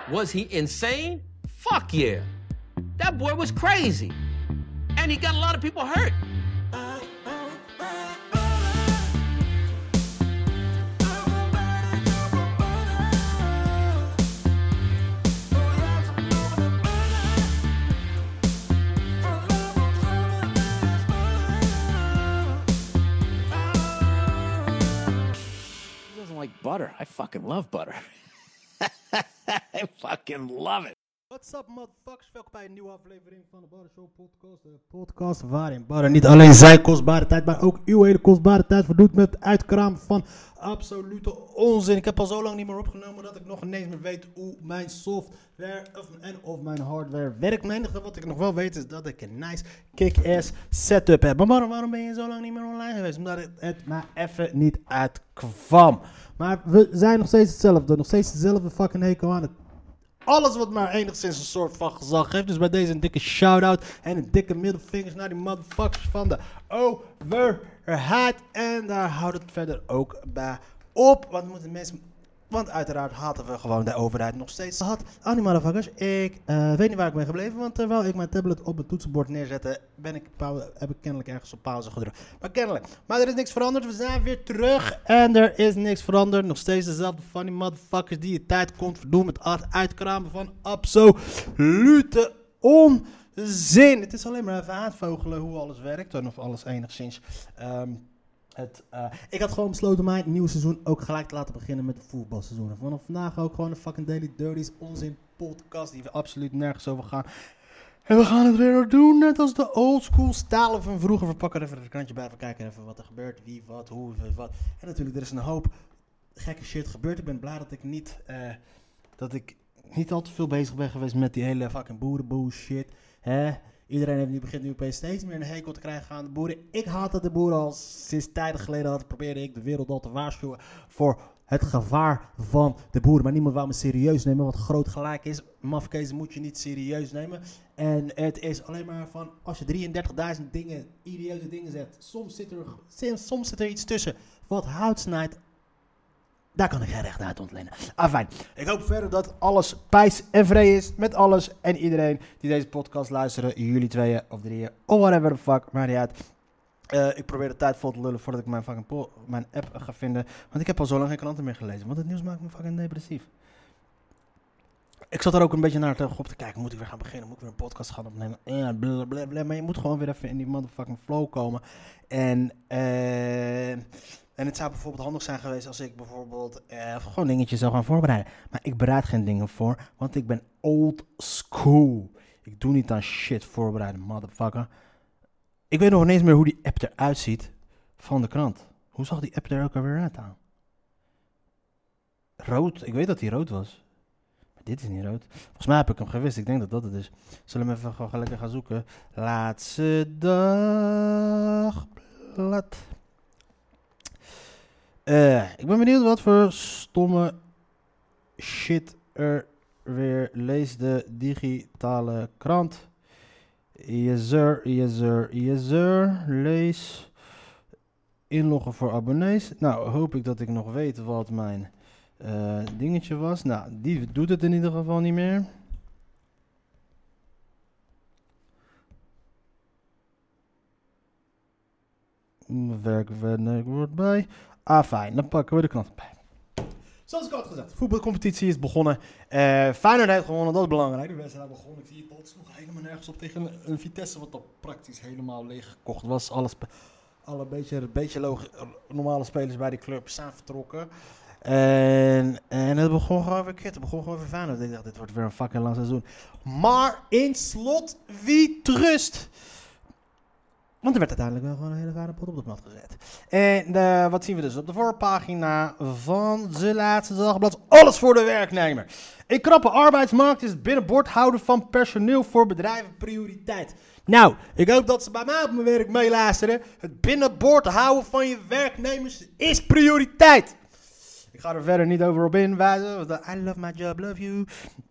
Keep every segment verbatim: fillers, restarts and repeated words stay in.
Was he insane? Fuck yeah. That boy was crazy. And he got a lot of people hurt. Like butter. I fucking love butter. I fucking love it. What's up, motherfuckers? Welkom bij een nieuwe aflevering van de Butter Show podcast. De podcast waarin butter niet alleen zijn kostbare tijd, maar ook uw hele kostbare tijd verdoet met het uitkramen van absolute onzin. Ik heb al zo lang niet meer opgenomen dat ik nog ineens meer weet hoe mijn software of, en of mijn hardware werkt. Het enige wat ik nog wel weet is dat ik een nice kick-ass setup heb. Maar waarom, waarom ben je zo lang niet meer online geweest? Omdat het, het maar even niet uitkwam. Maar we zijn nog steeds hetzelfde. Nog steeds dezelfde fucking hekel aan het. Alles wat maar enigszins een soort van gezag heeft. Dus bij deze een dikke shout-out en een dikke middelvingers naar die motherfuckers van de overheid. En daar houdt het verder ook bij op. Want moeten mensen... Want uiteraard haten we gewoon de overheid nog steeds. Had aan die motherfuckers. Ik uh, weet niet waar ik ben gebleven. Want terwijl ik mijn tablet op het toetsenbord neerzette, ben ik pauze, heb ik kennelijk ergens op pauze gedrukt. Maar kennelijk. Maar er is niks veranderd. We zijn weer terug. En er is niks veranderd. Nog steeds dezelfde funny motherfuckers die je tijd komt verdoen met het uitkramen van absolute onzin. Het is alleen maar even aanvogelen hoe alles werkt. En of alles enigszins... Um, Het, uh, ik had gewoon besloten mijn nieuwe seizoen ook gelijk te laten beginnen met het voetbalseizoen. En vanaf vandaag ook gewoon een fucking Daily Dirties onzin podcast die we absoluut nergens over gaan. En we gaan het weer doen, net als de oldschool stijl van vroeger. We pakken even het krantje bij, even kijken even wat er gebeurt, wie, wat, hoe, wat. En natuurlijk, er is een hoop gekke shit gebeurd. Ik ben blij dat ik niet, uh, dat ik niet al te veel bezig ben geweest met die hele fucking boerenbullshit, hè. Iedereen heeft nu, begint nu opeens steeds meer een hekel te krijgen aan de boeren. Ik haatte de boeren al sinds tijden geleden. Had, probeerde ik de wereld al te waarschuwen voor het gevaar van de boeren. Maar niemand wou me serieus nemen, wat groot gelijk is. Mafkezen moet je niet serieus nemen. En het is alleen maar van, als je drieëndertigduizend dingen, idiote dingen zet. Soms zit er, soms zit er iets tussen wat hout snijdt. Daar kan ik geen recht uit ontlenen. Ah, fijn. Ik hoop verder dat alles pijs en vrij is met alles en iedereen die deze podcast luisteren. Jullie tweeën of drieën of whatever the fuck. Maakt niet uit. Uh, ik probeer de tijd vol te lullen voordat ik mijn, fucking po- mijn app ga vinden. Want ik heb al zo lang geen kranten meer gelezen. Want het nieuws maakt me fucking depressief. Ik zat er ook een beetje naar te, op te kijken. Moet ik weer gaan beginnen? Moet ik weer een podcast gaan opnemen? Ja, blablabla. Maar je moet gewoon weer even in die motherfucking flow komen. En... Uh, En het zou bijvoorbeeld handig zijn geweest als ik bijvoorbeeld uh, gewoon dingetjes zou gaan voorbereiden. Maar ik bereid geen dingen voor, want ik ben old school. Ik doe niet aan shit voorbereiden, motherfucker. Ik weet nog ineens meer hoe die app eruit ziet van de krant. Hoe zag die app er ook alweer uit aan? Rood, ik weet dat die rood was. Maar dit is niet rood. Volgens mij heb ik hem gewist, ik denk dat dat het is. Zullen we hem even gewoon lekker gaan zoeken. Laatste dagblad. Uh, ik ben benieuwd wat voor stomme shit er weer leest de digitale krant. Yes sir, yes sir, yes sir. Lees. Inloggen voor abonnees. Nou, hoop ik dat ik nog weet wat mijn uh, dingetje was. Nou, die doet het in ieder geval niet meer. Werk, werk wordt bij. Ah, fijn. Dan pakken we de knop bij. Zoals ik al had gezegd, de voetbalcompetitie is begonnen. Uh, Feyenoord heeft gewonnen, dat is belangrijk. De wedstrijd begonnen. Ik zie het, dat sloeg helemaal nergens op tegen een, een Vitesse wat al praktisch helemaal leeg gekocht was. Alles, alle beetje, een beetje logi- normale spelers bij die club zijn vertrokken. En, en het begon gewoon weer kut. Het begon gewoon weer Feyenoord. Ik dacht, dit wordt weer een fucking lang seizoen. Maar in slot, wie trust? Want er werd uiteindelijk wel gewoon een hele fijne pot op de mat gezet. En uh, wat zien we dus op de voorpagina van de laatste dagblad? Alles voor de werknemer. Een krappe arbeidsmarkt is het binnenboord houden van personeel voor bedrijven prioriteit. Nou, ik hoop dat ze bij mij op mijn werk meeluisteren. Het binnenboord houden van je werknemers is prioriteit. Ik ga er verder niet over op inwijzen. I love my job, love you.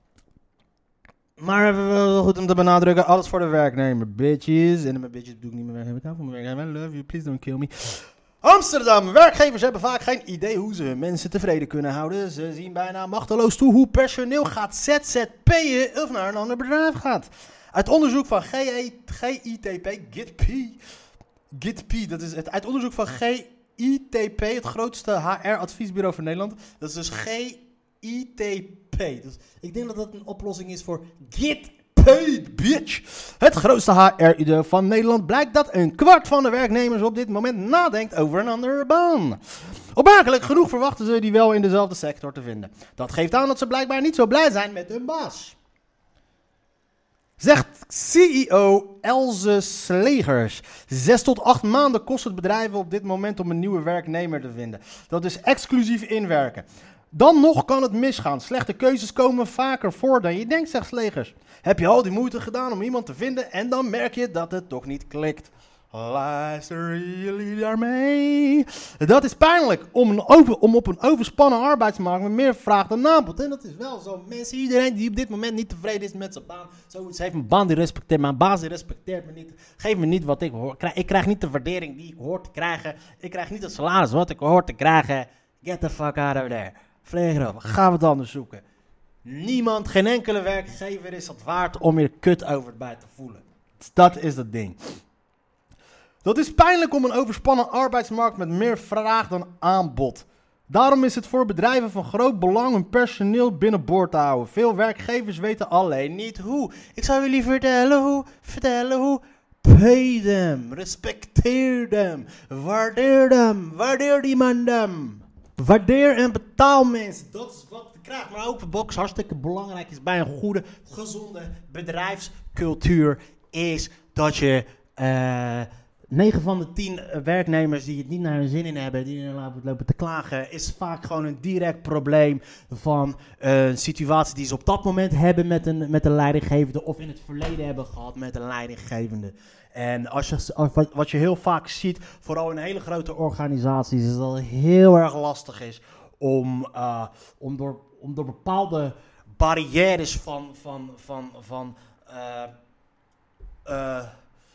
Maar even wel goed om te benadrukken, alles voor de werknemer, bitches. En mijn bitches bedoel ik niet meer werknemer. Ik hou van mijn werknemer, I love you, please don't kill me. Amsterdam. Werkgevers hebben vaak geen idee hoe ze hun mensen tevreden kunnen houden. Ze zien bijna machteloos toe hoe personeel gaat Z Z P'en of naar een ander bedrijf gaat. Uit onderzoek van G I T P, G I T P, G I T P, dat is het, uit onderzoek van G I T P, het grootste H R-adviesbureau van Nederland. Dat is dus G I T P. Dus ik denk dat dat een oplossing is voor Get Paid, bitch. Het grootste H R-bureau van Nederland blijkt dat een kwart van de werknemers op dit moment nadenkt over een andere baan. Opmerkelijk genoeg verwachten ze die wel in dezelfde sector te vinden. Dat geeft aan dat ze blijkbaar niet zo blij zijn met hun baas. Zegt C E O Else Slegers. Zes tot acht maanden kost het bedrijven op dit moment om een nieuwe werknemer te vinden. Dat is exclusief inwerken. Dan nog kan het misgaan. Slechte keuzes komen vaker voor dan je denkt, zegt Slegers. Heb je al die moeite gedaan om iemand te vinden en dan merk je dat het toch niet klikt. Luisteren jullie daarmee? Dat is pijnlijk om, een over, om op een overspannen arbeidsmarkt met meer vraag dan aanbod. En dat is wel zo. Mensen, iedereen die op dit moment niet tevreden is met zijn baan. Zoiets heeft mijn baan die respecteert. Mijn baas die respecteert me niet. Geef me niet wat ik hoor. Ik krijg niet de waardering die ik hoor te krijgen. Ik krijg niet het salaris wat ik hoor te krijgen. Get the fuck out of there. Vleeg op. Gaan we het anders zoeken. Niemand, geen enkele werkgever is het waard om je kut over bij te voelen. Dat is het ding. Dat is pijnlijk om een overspannen arbeidsmarkt met meer vraag dan aanbod. Daarom is het voor bedrijven van groot belang hun personeel binnenboord te houden. Veel werkgevers weten alleen niet hoe. Ik zou jullie vertellen hoe, vertellen hoe. Pay them, respecteer them, waardeer them, waardeer die man them. Waardeer en betaal mensen, dat is wat je krijgt. Maar ook wat hartstikke belangrijk is bij een goede, gezonde bedrijfscultuur is dat je... Uh, negen van de tien werknemers die het niet naar hun zin in hebben, die lopen te klagen, is vaak gewoon een direct probleem van uh, een situatie die ze op dat moment hebben met een, met een leidinggevende of in het verleden hebben gehad met een leidinggevende. En als je, als, wat je heel vaak ziet, vooral in hele grote organisaties, is dat het heel erg lastig is om, uh, om, door, om door bepaalde barrières van, van, van, van uh, uh,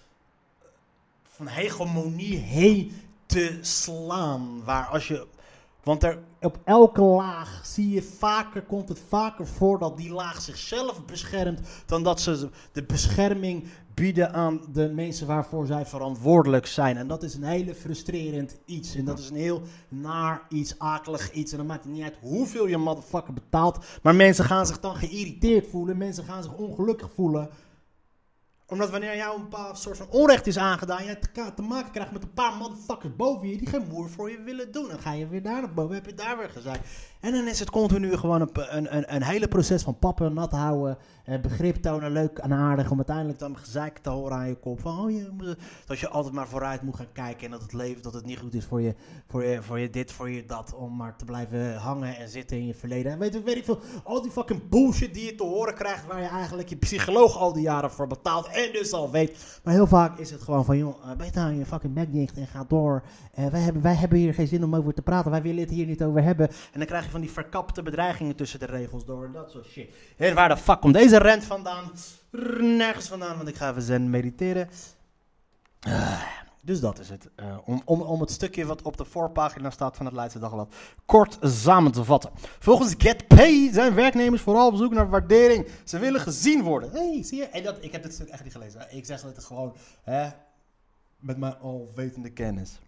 van hegemonie heen te slaan. Waar als je, want er, op elke laag zie je vaker, komt het vaker voor dat die laag zichzelf beschermt dan dat ze de bescherming bieden aan de mensen waarvoor zij verantwoordelijk zijn. En dat is een hele frustrerend iets. En dat is een heel naar iets, akelig iets. En dan maakt het niet uit hoeveel je motherfucker betaalt. Maar mensen gaan zich dan geïrriteerd voelen. Mensen gaan zich ongelukkig voelen. Omdat wanneer jou een bepaald soort van onrecht is aangedaan, je te, te maken krijgt met een paar motherfuckers boven je die geen moer voor je willen doen. Dan ga je weer daar naar boven, heb je daar weer gezegd. En dan is het continu gewoon een, een, een, een hele proces van pappen, nat houden, eh, begrip tonen, leuk en aardig, om uiteindelijk dan gezeik te horen aan je kop. Van, oh, je moet, dat je altijd maar vooruit moet gaan kijken en dat het leven, dat het niet goed is voor je, voor je, voor je dit, voor je dat, om maar te blijven hangen en zitten in je verleden. En weet, weet ik veel, al die fucking bullshit die je te horen krijgt, waar je eigenlijk je psycholoog al die jaren voor betaalt en dus al weet. Maar heel vaak is het gewoon van, joh, uh, weet nou je fucking bek dicht en ga door. Uh, wij, hebben, wij hebben hier geen zin om over te praten, wij willen het hier niet over hebben. En dan krijg je van die verkapte bedreigingen tussen de regels door en dat soort shit. En waar de fuck komt deze rant vandaan? Nergens vandaan, want ik ga even zen mediteren. Uh, dus dat is het. Uh, om, om, om het stukje wat op de voorpagina staat van het Leidse Dagblad kort samen te vatten. Volgens Get Paid zijn werknemers vooral op zoek naar waardering. Ze willen gezien worden. Hé, hey, zie je? En dat, ik heb dit stuk echt niet gelezen. Ik zeg het gewoon hè, met mijn alwetende kennis.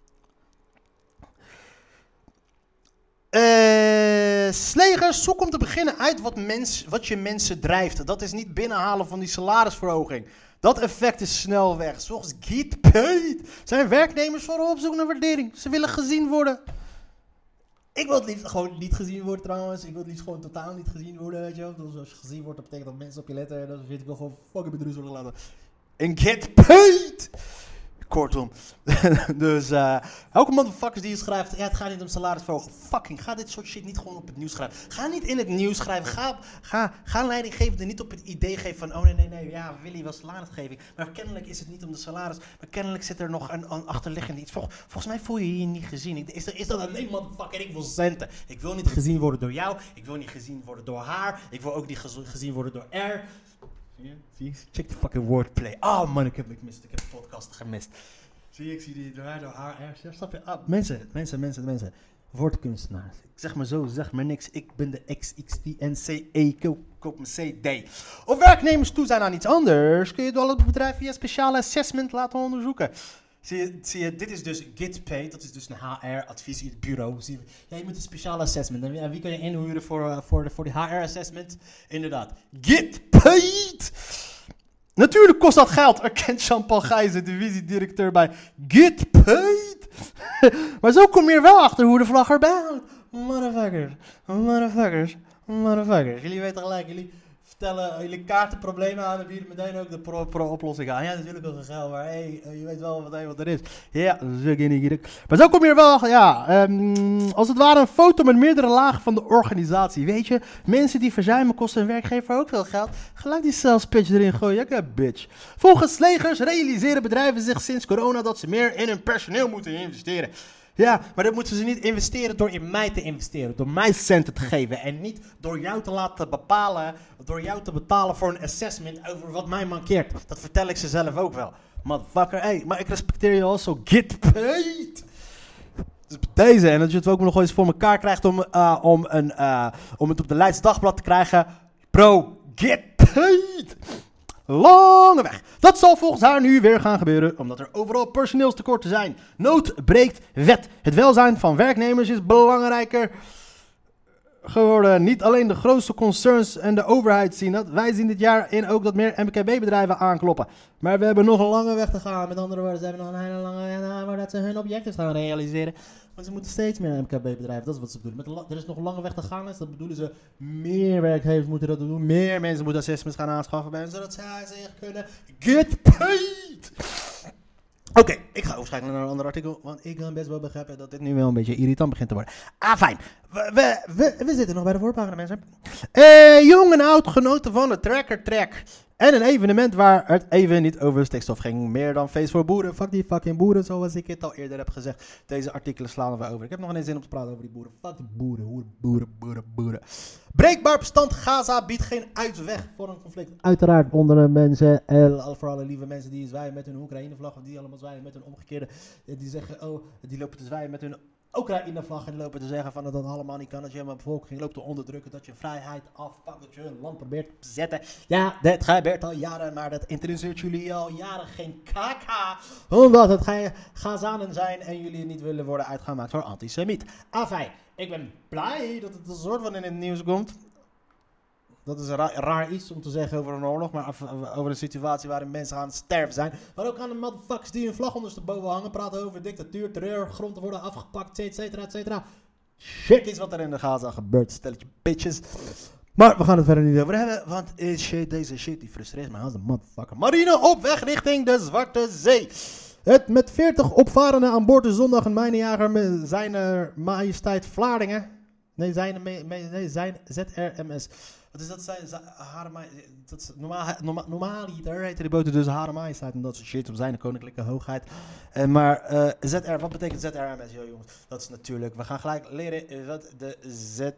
Uh, Slegers, zoek om te beginnen uit wat, mens, wat je mensen drijft. Dat is niet binnenhalen van die salarisverhoging. Dat effect is snel weg. Volgens Get Paid zijn werknemers vooral op zoek naar waardering. Ze willen gezien worden. Ik wil het liefst gewoon niet gezien worden trouwens. Ik wil het liefst gewoon totaal niet gezien worden. Weet je wel? Dus als je gezien wordt, dat betekent dat mensen op je letten. Dan vind ik wel gewoon fucking bedruis worden laten. En Get Paid! Kortom. Dus, uh, elke motherfuckers die je schrijft, ja, het gaat niet om salarisverhoging. Fucking, ga dit soort shit niet gewoon op het nieuws schrijven. Ga niet in het nieuws schrijven. Ga, ga, ga leidinggevende niet op het idee geven van, oh nee, nee, nee, ja, Willy wil salarisgeving. Maar kennelijk is het niet om de salaris, maar kennelijk zit er nog een, een achterliggend iets. Vol, volgens mij voel je je hier niet gezien. Is, er, is dat een nee, motherfucker, ik wil centen. Ik wil niet gezien worden door jou. Ik wil niet gezien worden door haar. Ik wil ook niet gez- gezien worden door R. Zie je? Check the fucking wordplay. Oh man, ik heb het gemist. Ik heb de podcast gemist. Zie je, ik zie die door haar R. Snap je? Ah, mensen, mensen, mensen, mensen. Woordkunstenaars. Ik zeg maar zo, zeg maar niks. Ik ben de X X T N C E. Koop mijn C D. Of werknemers toe zijn aan iets anders, kun je het wel op het bedrijf via speciale assessment laten onderzoeken. Zie je, zie je, dit is dus GitPaid, dat is dus een H R-adviesbureau. Zie je, ja, je moet een speciale assessment. En wie, en wie kan je inhuren voor, uh, voor, de, voor die H R-assessment? Inderdaad, GitPaid! Natuurlijk kost dat geld, erkent Jean-Paul Gijzen, divisiedirecteur bij GitPaid. Maar zo kom je er wel achter hoe de vlag erbij hangt. Motherfuckers, motherfuckers, motherfuckers. Jullie weten gelijk, jullie vertellen, jullie kaarten problemen aan en bieden meteen ook de pro- pro- oplossing aan. Ja, natuurlijk ook een geld, maar hey, je weet wel wat, wat er is. Ja, dat is ook niet. Maar zo kom je er wel achter, ja. Um, als het ware een foto met meerdere lagen van de organisatie. Weet je, mensen die verzuimen kosten hun werkgever ook veel geld. Gelijk die sales pitch erin gooien, ja, bitch. Volgens Legers realiseren bedrijven zich sinds corona dat ze meer in hun personeel moeten investeren. Ja, maar dat moeten ze niet investeren door in mij te investeren. Door mij centen te geven. En niet door jou te laten bepalen. Door jou te betalen voor een assessment over wat mij mankeert. Dat vertel ik ze zelf ook wel. Motherfucker, hey, maar ik respecteer je also. Get paid! Dus bij deze. En dat je het ook nog eens voor elkaar krijgt om, uh, om, een, uh, om het op de Leids Dagblad te krijgen. Bro, get paid! Lange weg. Dat zal volgens haar nu weer gaan gebeuren, omdat er overal personeelstekorten zijn. Nood breekt wet. Het welzijn van werknemers is belangrijker geworden. Niet alleen de grootste concerns en de overheid zien dat. Wij zien dit jaar in ook dat meer M K B-bedrijven aankloppen. Maar we hebben nog een lange weg te gaan. Met andere woorden, ze hebben nog een hele lange weg te gaan voordat ze hun objecten gaan realiseren. Want ze moeten steeds meer M K B-bedrijven, dat is wat ze bedoelen. Met la- er is nog een lange weg te gaan, dus dat bedoelen ze. Meer werkgevers moeten dat doen, meer mensen moeten assessments gaan aanschaffen bij hen, zodat zij zich kunnen get paid. Oké, okay, ik ga overschakelen naar een ander artikel, want ik kan best wel begrijpen dat dit nu wel een beetje irritant begint te worden. Ah, fijn. We, we, we, we zitten nog bij de voorpagina, mensen. Uh, jong en oud genoten van de Tracker Track. En een evenement waar het even niet over stikstof ging. Meer dan feest voor boeren. Fuck die fucking boeren, zoals ik het al eerder heb gezegd. Deze artikelen slaan we over. Ik heb nog geen zin om te praten over die boeren. Fuck die boeren, hoeren, boeren, boeren, boeren. Breekbaar bestand Gaza biedt geen uitweg voor een conflict. Uiteraard onder de mensen, eh, voor alle lieve mensen die zwaaien met hun Oekraïne-vlag. Of die allemaal zwaaien met hun omgekeerde. Die zeggen, oh, die lopen te zwaaien met hun Oekraïne-vlag en lopen te zeggen van dat dat allemaal niet kan, dat je mijn bevolking loopt te onderdrukken, dat je vrijheid afpakt, dat je een land probeert te bezetten. Ja, dat gebeurt al jaren, maar dat interesseert jullie al jaren geen kaka, omdat het ge- Gazanen zijn en jullie niet willen worden uitgemaakt voor antisemiet. Afijn, ik ben blij dat het een soort van in het nieuws komt. Dat is een ra- raar iets om te zeggen over een oorlog, maar af, over een situatie waarin mensen aan het sterven zijn. Maar ook aan de motherfuckers die hun vlag ondersteboven hangen, praten over dictatuur, terreur, grond worden afgepakt, et cetera, et cetera. Shit is wat er in de Gaza gebeurt, stelletje bitches. Maar we gaan het verder niet over hebben, want shit, deze shit die frustreert mij als een motherfucker. Marine op weg richting de Zwarte Zee. Het met veertig opvarenden aan boord de zondag een mijnenjager met zijn er majesteit Vlaardingen. Nee, zijn, me, me, nee, zijn Z R M S. Wat is dat? Zijn, zijn, Hare Majesteit, dat is normaal, normaal, normaaliter heette die boten dus Hare Majesteit en dat soort shit op zijn koninklijke hoogheid. En maar uh, Z R, wat betekent Z R M S? Yo, jongens, dat is natuurlijk, we gaan gelijk leren wat de Z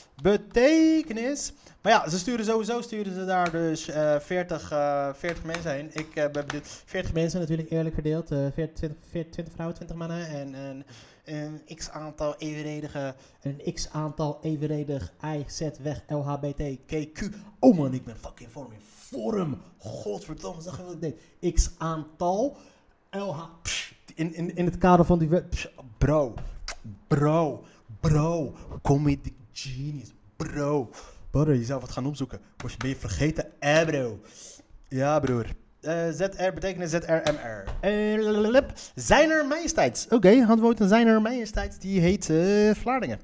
betekenis. Maar ja, ze sturen sowieso, sturen ze daar dus uh, veertig, uh, veertig mensen heen. Ik uh, ben dit veertig mensen natuurlijk eerlijk verdeeld. Uh, veertig, twintig, veertig, twintig vrouwen, twintig mannen en... en een x-aantal evenredige, een x-aantal evenredig I, Z, weg, L H B T, Q, Q. Oh man, ik ben fucking vorm in vorm. Godverdomme, zeg je wat ik denk. X-aantal, L H, psh, in, in, in het kader van die, psh, bro, bro, bro, comedy genius, bro. Brother, je zou wat gaan opzoeken. Was je ben je vergeten? Eh bro. Ja broer. Uh, Z R betekent Z R M R. Uh, Zijner Majesteits. Oké, okay, hadden we ooit een Zijner Majesteits. Die heet uh, Vlaardingen.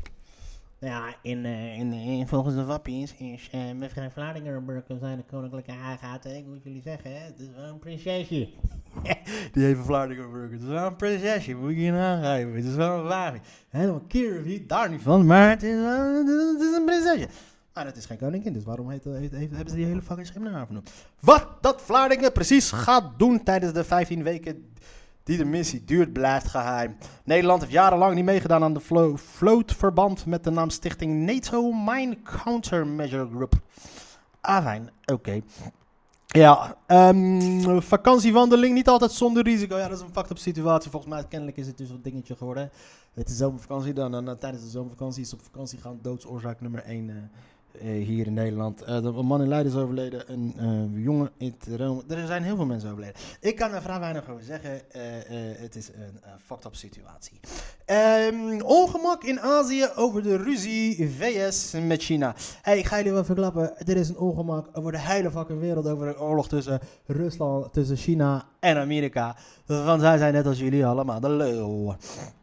Ja, in, uh, in, in, volgens de wappies is uh, mevrouw Vlaardingenburger zijn de koninklijke aagaten. Ik moet jullie zeggen, hè, het is wel een prinsesje. Die heeft Vlaardingenburger. Het is wel een prinsesje, moet ik je aangeven. Het is wel een wapen. Helemaal keer wie daar niet van, maar het is, wel, het is een prinsesje. Maar het is geen koningin, dus waarom heet, heet, heet, hebben ze die hele fucking schip naar haar vernoemd? Wat dat Vlaardingen precies gaat doen tijdens de vijftien weken die de missie duurt, blijft geheim. Nederland heeft jarenlang niet meegedaan aan de flo- vlootverband met de naam Stichting NATO Mine Countermeasure Group. Ah, fijn, oké. Okay. Ja, um, vakantiewandeling niet altijd zonder risico. Ja, dat is een fucked up situatie. Volgens mij kennelijk is het dus een dingetje geworden. Het is zomervakantie dan. En uh, tijdens de zomervakantie is op vakantie gaan doodsoorzaak nummer één uh, uh, hier in Nederland. Uh, een man in Leiden is overleden. Een uh, jongen in Rome. Er zijn heel veel mensen overleden. Ik kan er vrij weinig over zeggen. Uh, uh, het is een uh, fucked up situatie. Um, ongemak in Azië over de ruzie V S met China. Hey, ik ga jullie wel verklappen. Er is een ongemak over de hele fucking wereld. Over de oorlog tussen Rusland, tussen China en Amerika. Want zij zijn net als jullie allemaal de lul.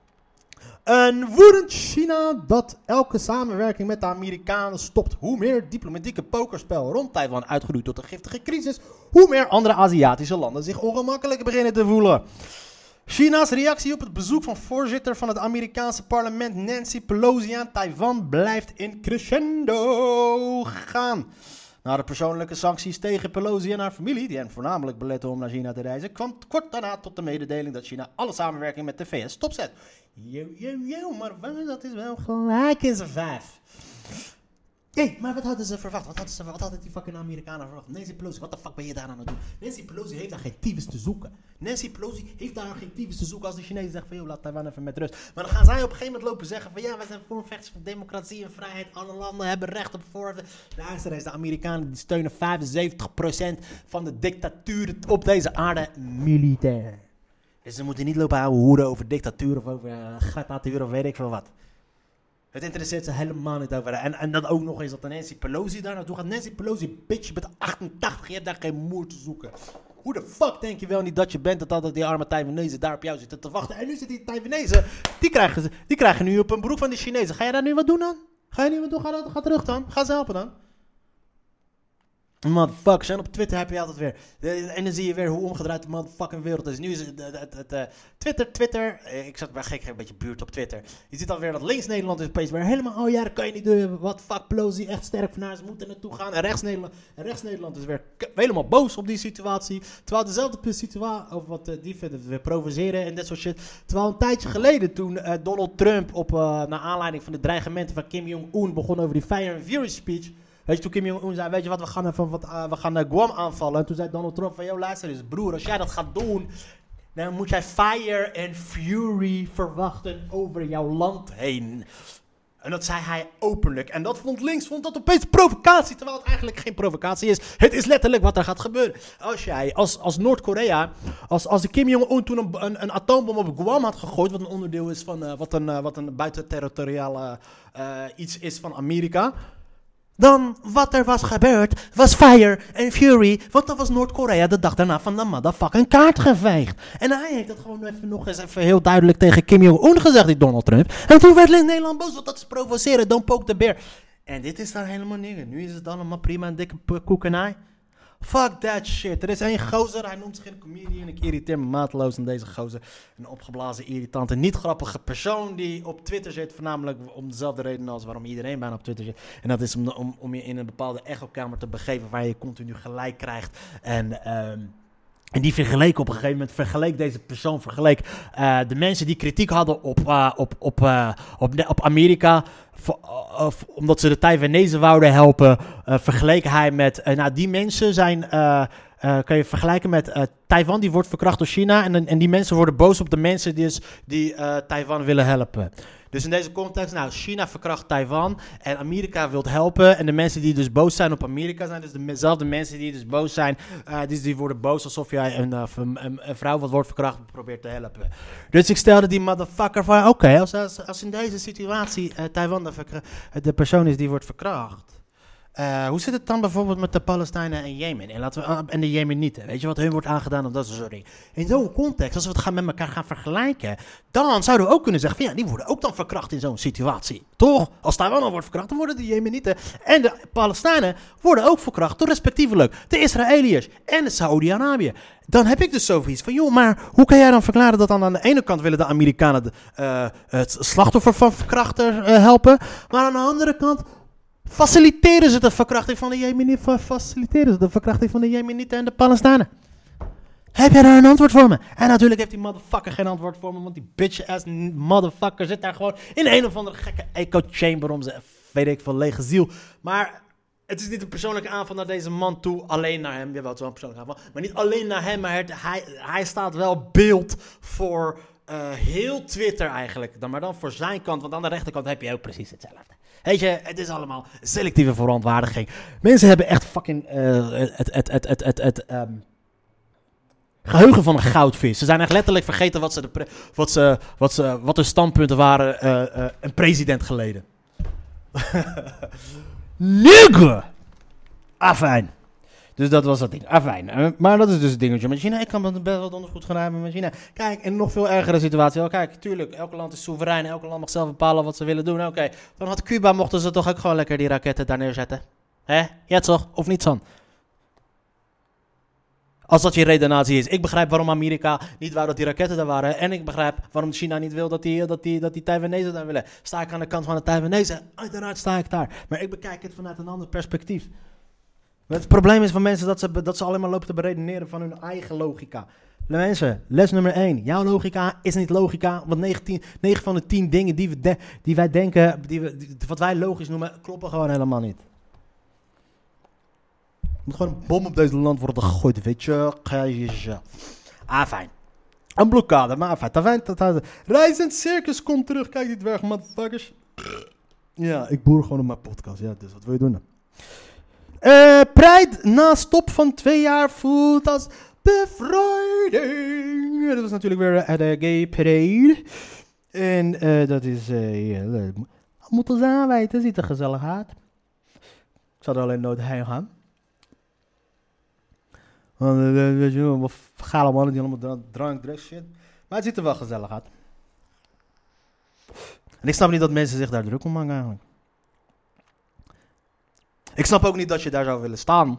Een woedend China dat elke samenwerking met de Amerikanen stopt. Hoe meer diplomatieke pokerspel rond Taiwan uitgeroeid tot een giftige crisis, hoe meer andere Aziatische landen zich ongemakkelijk beginnen te voelen. China's reactie op het bezoek van voorzitter van het Amerikaanse parlement Nancy Pelosi aan Taiwan blijft in crescendo gaan. Na de persoonlijke sancties tegen Pelosi en haar familie, die hen voornamelijk beletten om naar China te reizen, kwam kort daarna tot de mededeling dat China alle samenwerking met de V S stopzet. Yo, yo, yo, maar dat is wel gelijk in zijn vijf. Hé, hey, maar wat hadden ze verwacht? Wat hadden, ze, wat hadden die fucking Amerikanen verwacht? Nancy Pelosi, wat de fuck ben je daar aan het doen? Nancy Pelosi heeft daar geen tyfus te zoeken. Nancy Pelosi heeft daar geen tyfus te zoeken als de Chinezen zeggen van, joh, laat Taiwan even met rust. Maar dan gaan zij op een gegeven moment lopen zeggen van, ja, wij zijn voorvechters van democratie en vrijheid. Alle landen hebben recht op voor. Luister eens, de Amerikanen die steunen vijfenzeventig procent van de dictaturen op deze aarde militair. Dus ze moeten niet lopen houden hoeren over dictatuur of over uh, dictatuur of weet ik veel wat. Het interesseert ze helemaal niet over. En, en dat ook nog eens dat Nancy Pelosi daar naartoe gaat. Nancy Pelosi, bitch, je bent achtentachtig, je hebt daar geen moer te zoeken. Hoe de fuck denk je wel niet dat je bent dat altijd die arme Taiwanezen daar op jou zitten te wachten. En nu zitten die Taiwanezen, die krijgen, die krijgen nu op een broek van de Chinezen. Ga je daar nu wat doen dan? Ga je nu wat doen? Ga, dat, ga terug dan. Ga ze helpen dan. Motherfuckers, en op Twitter heb je altijd weer. En dan zie je weer hoe omgedraaid de motherfucking wereld is. Nu is het, het, het, het uh, Twitter, Twitter. Ik zat bij gek, een beetje buurt op Twitter. Je ziet alweer dat links Nederland is opeens weer helemaal. Oh ja, dat kan je niet doen. Wat fuck, Pelosi echt sterk van haar. Ze moeten naartoe gaan. En rechts Nederland, en rechts Nederland is weer k- helemaal boos op die situatie. Terwijl dezelfde situatie, of wat uh, die vinden, weer provoceren en dat soort shit. Terwijl een tijdje geleden toen uh, Donald Trump op, uh, naar aanleiding van de dreigementen van Kim Jong-un begon over die Fire and Fury speech. Weet je, toen Kim Jong-un zei, weet je wat, we gaan, even wat, uh, we gaan uh, Guam aanvallen. En toen zei Donald Trump van, joh, luister eens, broer, als jij dat gaat doen, dan moet jij fire and fury verwachten over jouw land heen. En dat zei hij openlijk. En dat vond links, vond dat opeens provocatie, terwijl het eigenlijk geen provocatie is. Het is letterlijk wat er gaat gebeuren. Als jij, als, als Noord-Korea, als, als de Kim Jong-un toen een, een, een atoombom op Guam had gegooid, wat een onderdeel is van, uh, wat een, uh, wat een buitenterritoriale uh, iets is van Amerika, dan wat er was gebeurd, was fire and fury. Want dan was Noord-Korea de dag daarna van de motherfucking kaart geveegd. En hij heeft dat gewoon even nog eens even heel duidelijk tegen Kim Jong-un gezegd, die Donald Trump. En toen werd Nederland boos, want dat is provoceren, don't poke the bear. En dit is daar helemaal niet. Nu is het allemaal prima, een dikke koekenij. Fuck that shit. Er is één gozer, hij noemt zich een comedian. Ik irriteer me mateloos aan deze gozer. Een opgeblazen, irritante, niet grappige persoon die op Twitter zit. Voornamelijk om dezelfde reden als waarom iedereen bijna op Twitter zit. En dat is om, de, om, om je in een bepaalde echokamer te begeven waar je continu gelijk krijgt. En... Um, En die vergeleek op een gegeven moment, vergeleek deze persoon, vergeleek uh, de mensen die kritiek hadden op, uh, op, op, uh, op, op Amerika, voor, uh, omdat ze de Taiwanezen wouden helpen, uh, vergeleek hij met, uh, nou die mensen zijn, uh, uh, kan je vergelijken met uh, Taiwan, die wordt verkracht door China en, en die mensen worden boos op de mensen die, die uh, Taiwan willen helpen. Dus in deze context, nou, China verkracht Taiwan en Amerika wil helpen. En de mensen die dus boos zijn op Amerika zijn dus dezelfde mensen die dus boos zijn. Uh, die, die worden boos alsof jij een, uh, een, een vrouw wat wordt verkracht probeert te helpen. Dus ik stelde die motherfucker van, oké, okay, als, als, als in deze situatie uh, Taiwan de, verkra- de persoon is die wordt verkracht. Uh, hoe zit het dan bijvoorbeeld met de Palestijnen en Jemen? En, laten we, uh, en de Jemenieten. Weet je wat hun wordt aangedaan of dat soort dingen? In zo'n context, als we het gaan met elkaar gaan vergelijken, dan zouden we ook kunnen zeggen van ja, die worden ook dan verkracht in zo'n situatie. Toch? Als Taiwan al wordt verkracht, dan worden de Jemenieten en de Palestijnen worden ook verkracht door respectievelijk de Israëliërs en de Saoedi-Arabië. Dan heb ik dus zoiets van, joh, maar hoe kan jij dan verklaren dat dan aan de ene kant willen de Amerikanen de, uh, het slachtoffer van verkrachter uh, helpen, maar aan de andere kant faciliteren ze de verkrachting van de Jemenieten, faciliteren ze de verkrachting van de Jemenieten en de Palestijnen? Heb jij daar een antwoord voor me? En natuurlijk heeft die motherfucker geen antwoord voor me, want die bitch-ass motherfucker zit daar gewoon in een of andere gekke echo chamber om ze, weet ik veel, lege ziel. Maar Het is niet een persoonlijke aanval naar deze man toe, alleen naar hem. Jawel, het is wel een persoonlijke aanval. Maar niet alleen naar hem, maar het, hij, hij staat wel beeld voor uh, heel Twitter eigenlijk. Dan, maar dan voor zijn kant, want aan de rechterkant heb je ook precies hetzelfde. Weet je, het is allemaal selectieve verontwaardiging. Mensen hebben echt fucking uh, het, het, het, het, het, het um, geheugen van een goudvis. Ze zijn echt letterlijk vergeten wat, ze de pre- wat, ze, wat, ze, wat hun standpunten waren uh, uh, een president geleden. Nigga! Afijn. Dus dat was dat ding. Afijn. Uh, maar dat is dus het dingetje met China. Ik kan me best wel ondergoed gaan rijden met China. Kijk, in een nog veel ergere situatie. Oh, kijk, tuurlijk, elk land is soeverein. Elk land mag zelf bepalen wat ze willen doen. Oké, okay. Dan had Cuba, mochten ze toch ook gewoon lekker die raketten daar neerzetten. Hè? Ja toch? Of niet, San? Als dat je redenatie is. Ik begrijp waarom Amerika niet wou dat die raketten daar waren. En ik begrijp waarom China niet wil dat die, dat die, dat die Taiwanese daar willen. Sta ik aan de kant van de Taiwanese? Uiteraard sta ik daar. Maar ik bekijk het vanuit een ander perspectief. Het probleem is van mensen dat ze, dat ze alleen maar lopen te beredeneren van hun eigen logica. Mensen, les nummer één. Jouw logica is niet logica. Want negentien, negen van de tien dingen die, we de, die wij denken, die we, die, wat wij logisch noemen, kloppen gewoon helemaal niet. Er moet gewoon een bom op deze land worden gegooid, weet je. Ah, fijn. Een blokkade, maar fijn. Tafijn, tafijn. Reizend circus komt terug. Kijk die dwerg, motherfuckers. Ja, ik boer gewoon op mijn podcast. Ja, dus wat wil je doen dan? Uh, Pride na stop van twee jaar voelt als bevrijding. Dat was natuurlijk weer uh, de Gay Parade. En uh, dat is... Uh, ja, we moeten ze aanwijten. Ziet er gezellig uit. Ik zou er alleen nooit heen gaan. Want uh, weet je wel, wat gale mannen die allemaal drank, drugs shit. Maar het ziet er wel gezellig uit. En ik snap niet dat mensen zich daar druk om maken eigenlijk. Ik snap ook niet dat je daar zou willen staan.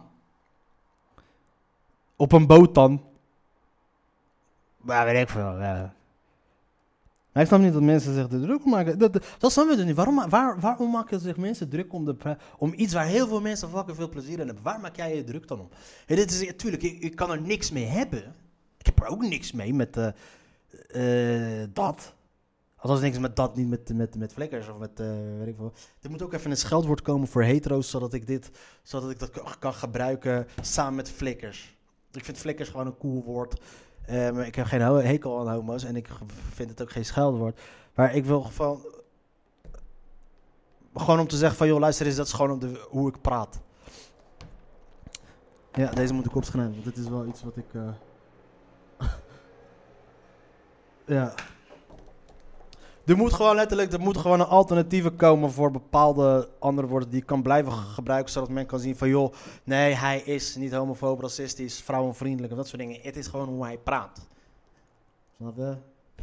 Op een boot dan. Maar weet ik veel. Ja. Maar ik snap niet dat mensen zich er druk om maken. Dat, dat, dat snap ik dus niet. Waarom, waar, waarom maken zich mensen druk om, de, om iets waar heel veel mensen fucking veel plezier in hebben? Waar maak jij je druk dan om? En dit is natuurlijk, ik, ik kan er niks mee hebben. Ik heb er ook niks mee met uh, uh, dat. Althans niks met dat, niet met, met, met flikkers of met, uh, weet ik veel. Er moet ook even een scheldwoord komen voor hetero's, zodat ik dit, zodat ik dat kan gebruiken samen met flikkers. Ik vind flikkers gewoon een cool woord. Um, ik heb geen hekel aan homo's en ik vind het ook geen scheldwoord. Maar ik wil gewoon, gewoon om te zeggen van, joh, luister eens, dat is gewoon om de, hoe ik praat. Ja, deze moet ik opschrijven, want dit is wel iets wat ik, uh... ja... Er moet gewoon letterlijk, er moet gewoon een alternatieve komen voor bepaalde andere woorden die ik kan blijven gebruiken, zodat men kan zien van, joh, nee, hij is niet homofoob, racistisch, vrouwenvriendelijk en dat soort dingen. Het is gewoon hoe hij praat. Snap je?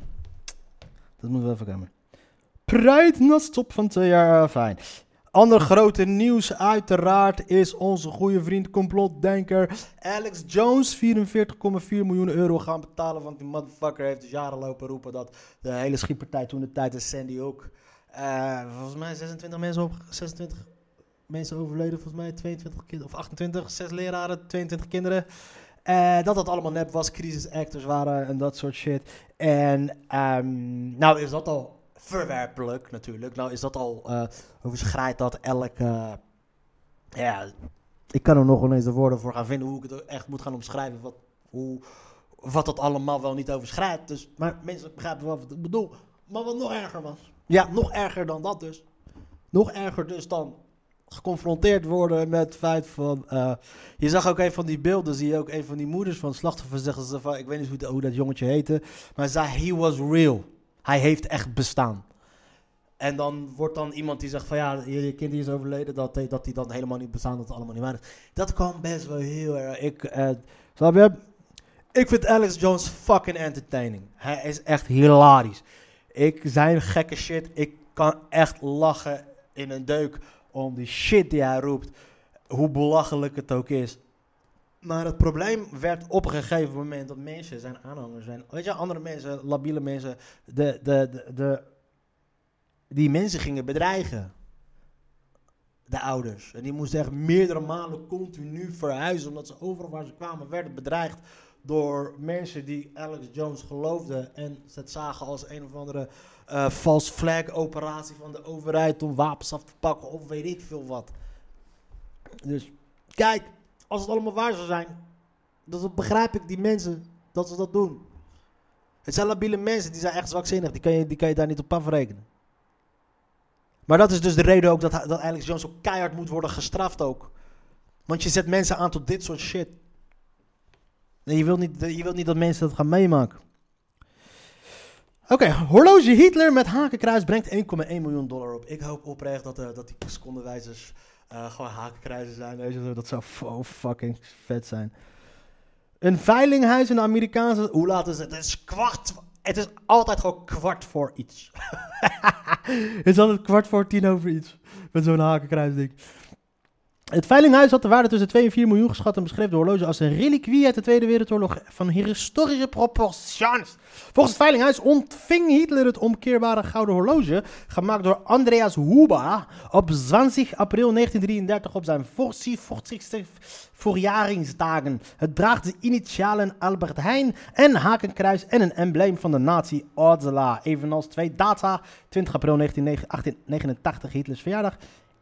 Dat moet wel even komen. Pride na stop van twee jaar, fijn. Ander grote nieuws uiteraard is onze goede vriend complotdenker Alex Jones vierenveertig komma vier miljoen euro gaan betalen. Want die motherfucker heeft dus jaren lopen roepen dat de hele schietpartij toen de tijd is Sandy Hook. Uh, volgens mij zesentwintig mensen, op, zesentwintig mensen overleden, volgens mij tweeëntwintig kinderen, of achtentwintig, zes leraren, tweeëntwintig kinderen. Uh, dat dat allemaal nep was, crisis actors waren en dat soort shit. En um, nou is dat al verwerpelijk natuurlijk. Nou is dat al, uh, overschrijdt dat elke, uh, ja, ik kan er nog ineens de woorden voor gaan vinden hoe ik het echt moet gaan omschrijven, wat, hoe, wat dat allemaal wel niet overschrijdt. Dus, maar mensen begrijpen wel wat ik bedoel. Maar wat nog erger was, ja, nog erger dan dat dus, nog erger dus dan geconfronteerd worden met het feit van, uh, je zag ook een van die beelden, zie je ook een van die moeders van slachtoffers zeggen ze van, ik weet niet hoe, de, hoe dat jongetje heette, maar zei, he was real. Hij heeft echt bestaan. En dan wordt dan iemand die zegt van ja, je, je kind die is overleden, dat, dat die dan helemaal niet bestaan, dat het allemaal niet waar is. Dat kwam best wel heel erg. Ik, uh, snap je? Ik vind Alex Jones fucking entertaining. Hij is echt hilarisch. Ik zijn gekke shit. Ik kan echt lachen in een deuk om die shit die hij roept. Hoe belachelijk het ook is. Maar het probleem werd op een gegeven moment dat mensen zijn aanhangers zijn. Weet je, andere mensen, labiele mensen, de, de, de, de, die mensen gingen bedreigen. De ouders. En die moesten echt meerdere malen continu verhuizen, omdat ze overal waar ze kwamen werden bedreigd door mensen die Alex Jones geloofden en het zagen als een of andere uh, false flag operatie van de overheid om wapens af te pakken of weet ik veel wat. Dus, kijk, als het allemaal waar zou zijn, dan begrijp ik die mensen dat ze dat doen. Het zijn labiele mensen, die zijn echt zwakzinnig, die kan je, die kan je daar niet op afrekenen. Maar dat is dus de reden ook dat, dat Alex Jones zo keihard moet worden gestraft ook. Want je zet mensen aan tot dit soort shit. En je wilt niet, je wilt niet dat mensen dat gaan meemaken. Oké, okay, horloge Hitler met hakenkruis brengt één komma één miljoen dollar op. Ik hoop oprecht dat, uh, dat die secondenwijzers uh, gewoon hakenkruisen zijn. Weet je, dat zou so fucking vet zijn. Een veilinghuis in de Amerikaanse... Hoe laat is het? Het is kwart... Het is altijd gewoon kwart voor iets. Het is altijd kwart voor tien over iets. Met zo'n hakenkruisding. Het veilinghuis had de waarde tussen twee en vier miljoen geschat en beschreef de horloge als een reliquie uit de Tweede Wereldoorlog van historische proporties. Volgens het veilinghuis ontving Hitler het omkeerbare gouden horloge, gemaakt door Andreas Huber, op twintig april negentien drieëndertig op zijn vierenzestigste verjaringsdagen. Het draagt de initialen Albert Heijn, een hakenkruis en een embleem van de nazi Adela, evenals twee data, twintig april negentien negenentachtig, Hitlers verjaardag.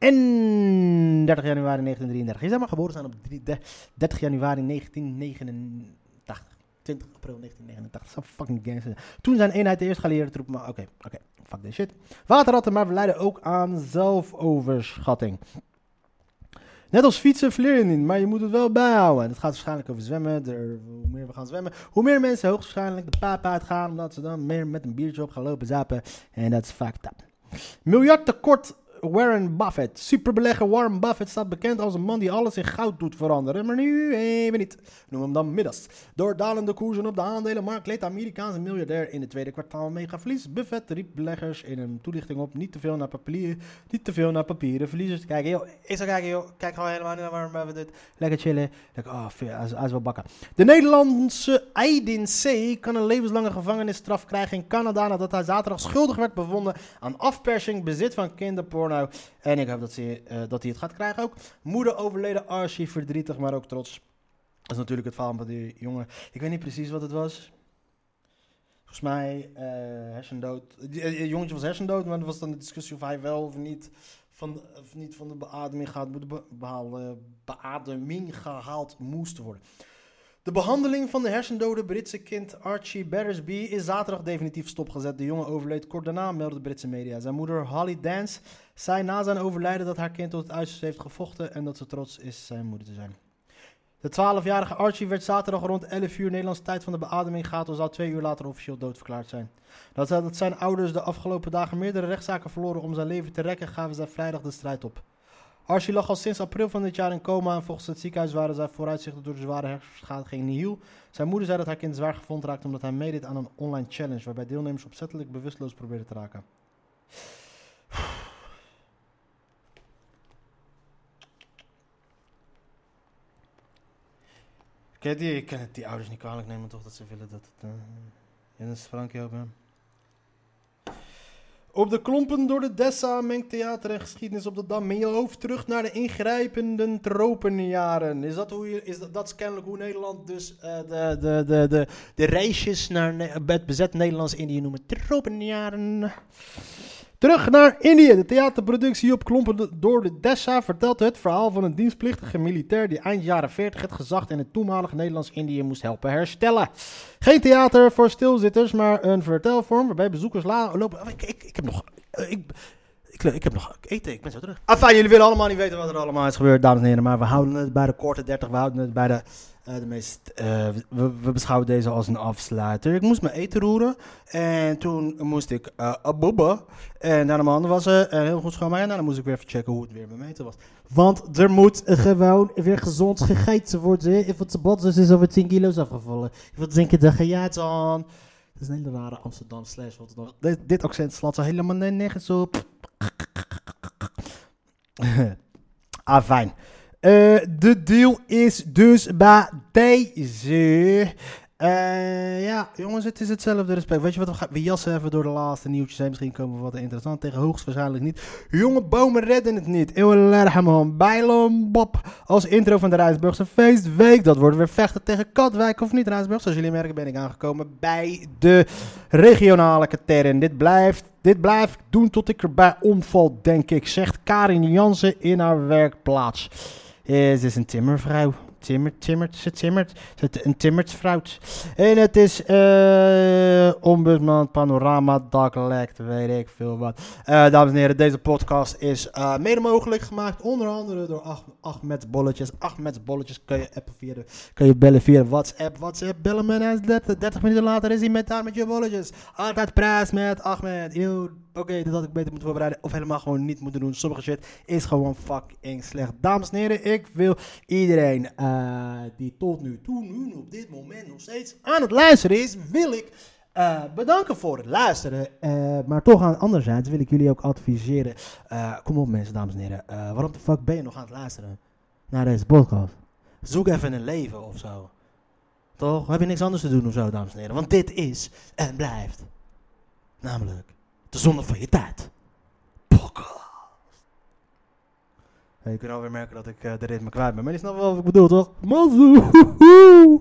En dertig januari negentien drieëndertig. Je zou maar geboren zijn op dertig januari negentien negenentachtig. twintig april negentien negenentachtig. Zo fucking gangster. Toen zijn eenheid de eerste geallieerde troepen. Maar oké, okay, oké. Okay, fuck this shit. Waterratten, maar we leiden ook aan zelfoverschatting. Net als fietsen verleer je niet, maar je moet het wel bijhouden. Het gaat waarschijnlijk over zwemmen. Er, hoe meer we gaan zwemmen, hoe meer mensen hoogstwaarschijnlijk de paap uitgaan. Omdat ze dan meer met een biertje op gaan lopen zappen. En dat is fucked up. Miljard tekort. Warren Buffett. Superbelegger Warren Buffett staat bekend als een man die alles in goud doet veranderen, maar nu even niet. Noem hem dan Midas. Door dalende koersen op de aandelenmarkt leed de Amerikaanse miljardair in het tweede kwartaal mega verlies. Buffett riep beleggers in een toelichting op niet te veel naar papieren, niet te veel naar papieren verliezers te kijken. Yo, ik zou kijken, joh, kijk gewoon helemaal niet naar Warren Buffett dit. Lekker chillen. Denk, oh, hij is, hij is wel bakken. De Nederlandse Aydin C. kan een levenslange gevangenisstraf krijgen in Canada nadat hij zaterdag schuldig werd bevonden aan afpersing, bezit van kinderporno. En ik hoop dat, ze, uh, dat hij het gaat krijgen ook. Moeder overleden, Archie, verdrietig, maar ook trots. Dat is natuurlijk het verhaal van die jongen. Ik weet niet precies wat het was. Volgens mij uh, hersendood. Het uh, jongetje was hersendood, maar er was dan de discussie of hij wel of niet van, of niet van de beademing, gaat, be, behaal, beademing gehaald moest worden. De behandeling van de hersendode Britse kind Archie Battersby is zaterdag definitief stopgezet. De jongen overleed kort daarna, meldde Britse media. Zijn moeder Holly Dance zei na zijn overlijden dat haar kind tot het uiterste heeft gevochten en dat ze trots is zijn moeder te zijn. De twaalfjarige Archie werd zaterdag rond elf uur Nederlandse tijd van de beademing gehaald en zou twee uur later officieel doodverklaard zijn. Dat, dat zijn ouders de afgelopen dagen meerdere rechtszaken verloren om zijn leven te rekken, gaven zij vrijdag de strijd op. Archie lag al sinds april van dit jaar in coma en volgens het ziekenhuis waren zijn vooruitzichten door de zware hersenschadiging nihil. Zijn moeder zei dat haar kind zwaar gewond raakte omdat hij meedeed aan een online challenge waarbij deelnemers opzettelijk bewusteloos probeerden te raken. Ik, die, ik kan het die ouders niet kwalijk nemen toch dat ze willen dat het... Uh, ja, dat is Frankie ook, hè. Op de klompen door de Dessa mengt theater en geschiedenis op de Dam. Met je hoofd terug naar de ingrijpende tropenjaren. Is dat, hoe je, is dat, dat is kennelijk hoe Nederland dus uh, de, de, de, de, de reisjes naar ne- het bezet Nederlands-Indië noemen. Tropenjaren. Terug naar Indië. De theaterproductie op klompen door de Dessa vertelt het verhaal van een dienstplichtige militair die eind jaren veertig het gezag in het toenmalige Nederlands-Indië moest helpen herstellen. Geen theater voor stilzitters, maar een vertelvorm waarbij bezoekers la- lopen... Oh, ik, ik, ik heb nog... Ik, ik, ik heb nog eten, ik ben zo terug. Enfin, jullie willen allemaal niet weten wat er allemaal is gebeurd, dames en heren, maar we houden het bij de korte dertig, we houden het bij de... Uh, de meest, uh, we, we beschouwen deze als een afsluiter. Ik moest mijn eten roeren. En toen moest ik uh, abobben. En daarna mijn handen wassen. En heel goed schoonmaken. En daarna moest ik weer even checken hoe het weer met mijn eten was. Want er moet gewoon weer gezond gegeten worden. If het botzus is over tien kilo's afgevallen. Wat denk je, daar ga jij het aan? Dat is een hele rare Amsterdam slash wat dan. Dit, dit accent slaat zo helemaal nergens op. Ah, fijn. Uh, de deal is dus bij deze. Uh, ja, jongens, het is hetzelfde respect. Weet je wat, we, gaan, we jassen even door de laatste nieuwtjes heen. Misschien komen we wat interessant tegen. Hoogstwaarschijnlijk niet. Jonge bomen redden het niet. Eeuwenlerhamon, Bijlon, Bob. Als intro van de Rijnsburgse feestweek. Dat wordt weer vechten tegen Katwijk of niet, Rijnsburg. Zoals jullie merken ben ik aangekomen bij de regionale katern. Dit blijft, dit blijf ik doen tot ik erbij omval, denk ik. Zegt Karin Jansen in haar werkplaats. is, is een timmervrouw. Timmer, timmert, ze timmert. Ze een timmertsvrouw. En het is uh, ombudsman, panorama, daklekt, weet ik veel wat. Uh, dames en heren, deze podcast is uh, mede mogelijk gemaakt. Onder andere door Ach- Ahmed's Bolletjes. Ahmed's Bolletjes kun je appen via de, kun je bellen via WhatsApp. WhatsApp, bellen me. Hij is dertig, dertig minuten later is hij met daar met je bolletjes. Altijd prijs met Ahmed. Oké, okay, dit had ik beter moeten voorbereiden. Of helemaal gewoon niet moeten doen. Sommige shit is gewoon fucking slecht. Dames en heren, ik wil iedereen uh, die tot nu toe, nu op dit moment nog steeds aan het luisteren is, wil ik uh, bedanken voor het luisteren. Uh, maar toch aan anderzijds wil ik jullie ook adviseren. Uh, kom op mensen, dames en heren. Uh, waarom de fuck ben je nog aan het luisteren naar deze podcast? Zoek even een leven of zo. Toch? Heb je niks anders te doen of zo, dames en heren? Want dit is en blijft namelijk de zonde van je tijd. Podcast. Hey, je kunt alweer merken dat ik uh, de ritme kwijt ben. Maar je snapt wel wat ik bedoel, toch? Mazzoe!